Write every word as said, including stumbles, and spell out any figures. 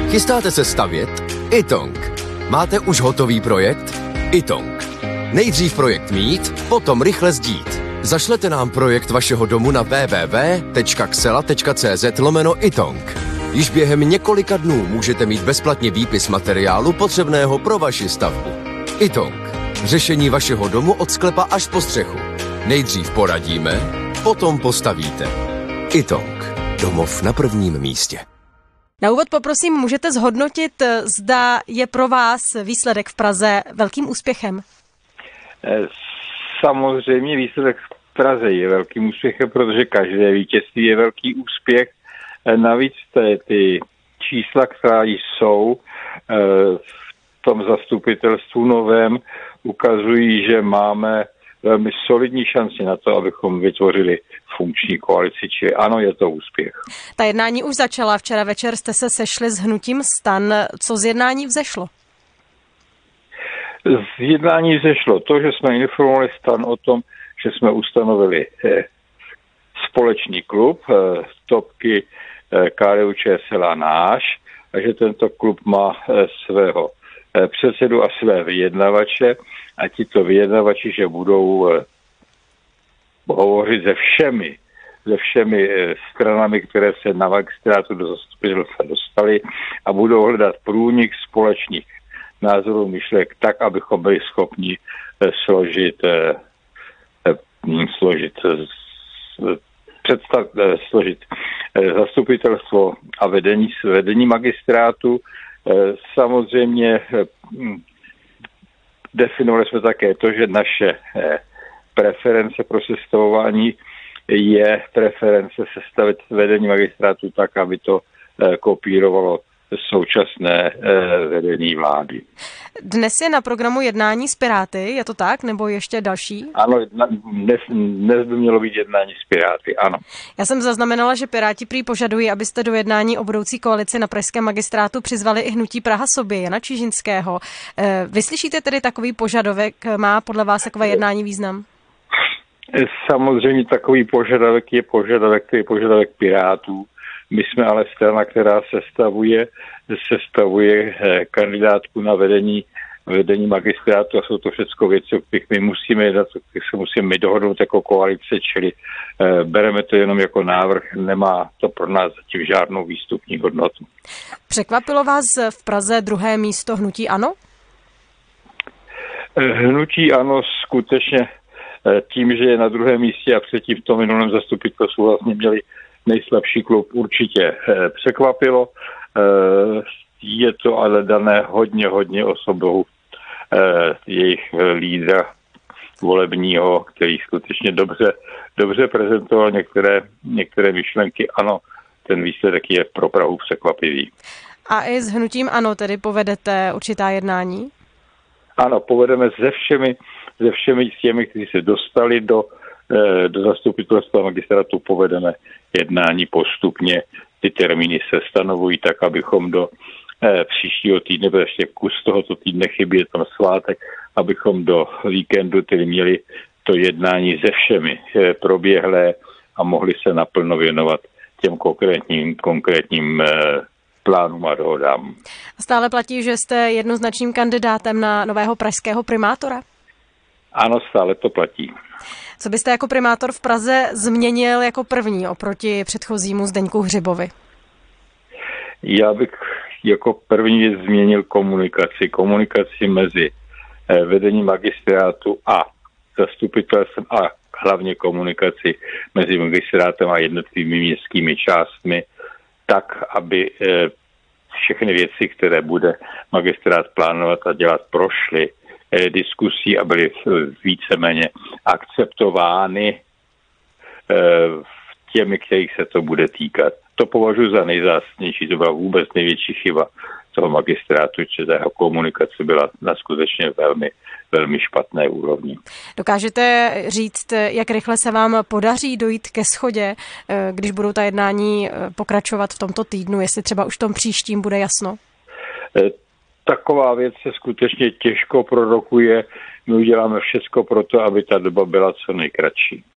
Chystáte se stavět? Itong. Máte už hotový projekt? Itong. Nejdřív projekt mít, potom rychle sdít. Zašlete nám projekt vašeho domu na w w w tečka xela tečka c z lomeno Itong. Již během několika dnů můžete mít bezplatně výpis materiálu potřebného pro vaši stavbu. Itong. Řešení vašeho domu od sklepa až po střechu. Nejdřív poradíme, potom postavíte. Itong. Domov na prvním místě. Na úvod poprosím, můžete zhodnotit, zda je pro vás výsledek v Praze velkým úspěchem? Samozřejmě výsledek v Praze je velkým úspěchem, protože každé vítězství je velký úspěch. Navíc ty, ty čísla, která jsou v tom zastupitelstvu novém, ukazují, že máme velmi solidní šanci na to, abychom vytvořili funkční koalici, čili ano, je to úspěch. Ta jednání už začala. Včera večer jste se sešli s hnutím STAN. Co z jednání vzešlo? Z jednání vzešlo to, že jsme informovali STAN o tom, že jsme ustanovili eh, společný klub eh, topky eh, K D U Č S L a náš, a že tento klub má eh, svého eh, předsedu a své vyjednavače, a tito vyjednavači, že budou eh, hovořit se všemi, se všemi eh, stranami, které se na magistrátu do zastupitelstva dostali, a budou hledat průnik společných názorů, myšlek tak, abychom byli schopni eh, složit eh, složit představ, složit zastupitelstvo a vedení, vedení magistrátu. Samozřejmě definovali jsme také to, že naše preference pro sestavování je preference sestavit vedení magistrátu tak, aby to kopírovalo současné vedení vlády. Dnes je na programu jednání s Piráty, je to tak, nebo ještě další? Ano, dnes, dnes by mělo být jednání s Piráty, ano. Já jsem zaznamenala, že Piráti prý požadují, abyste do jednání o budoucí koalici na pražském magistrátu přizvali i hnutí Praha sobě, Jana Čižinského. Vyslyšíte tedy takový požadavek, má podle vás takové jednání význam? Samozřejmě takový požadavek je požadavek, je požadavek Pirátů. My jsme ale strana, která sestavuje, sestavuje kandidátku na vedení, vedení magistrátu, a jsou to všechno věci, o kterých my musíme jednat, o kterých se musíme dohodnout jako koalice, čili e, bereme to jenom jako návrh, nemá to pro nás zatím žádnou výstupní hodnotu. Překvapilo vás v Praze druhé místo hnutí ANO? Hnutí ANO skutečně tím, že je na druhém místě a předtím v tom minulém zastupitelstvu vlastně měli nejslabší klub, určitě překvapilo. Je to ale dané hodně, hodně osobou jejich lídra volebního, který skutečně dobře, dobře prezentoval některé, některé myšlenky. Ano, ten výsledek je pro Prahu překvapivý. A i s hnutím ANO tedy povedete určitá jednání? Ano, povedeme se všemi, se všemi těmi, kteří se dostali do do zastupitelstva magistrátu, povedeme jednání postupně. Ty termíny se stanovují tak, abychom do eh, příštího týdne, protože ještě kus tohoto týdne chybí, je tam svátek, abychom do víkendu tedy měli to jednání se všemi eh, proběhlé a mohli se naplno věnovat těm konkrétním, konkrétním eh, plánům a dohodám. Stále platí, že jste jednoznačným kandidátem na nového pražského primátora? Ano, stále to platí. Co byste jako primátor v Praze změnil jako první oproti předchozímu Zdeňku Hřibovi? Já bych jako první změnil komunikaci. Komunikaci mezi vedením magistrátu a zastupitelstvem a hlavně komunikaci mezi magistrátem a jednotlivými městskými částmi tak, aby všechny věci, které bude magistrát plánovat a dělat, prošly diskusí a byly víceméně akceptovány těmi, kterých se to bude týkat. To považuji za nejzásadnější, to byla vůbec největší chyba toho magistrátu, že ta jeho komunikace byla na skutečně velmi, velmi špatné úrovni. Dokážete říct, jak rychle se vám podaří dojít ke shodě, když budou ta jednání pokračovat v tomto týdnu, jestli třeba už v tom příštím bude jasno? Taková věc se skutečně těžko prorokuje. My uděláme všechno pro to, aby ta doba byla co nejkratší.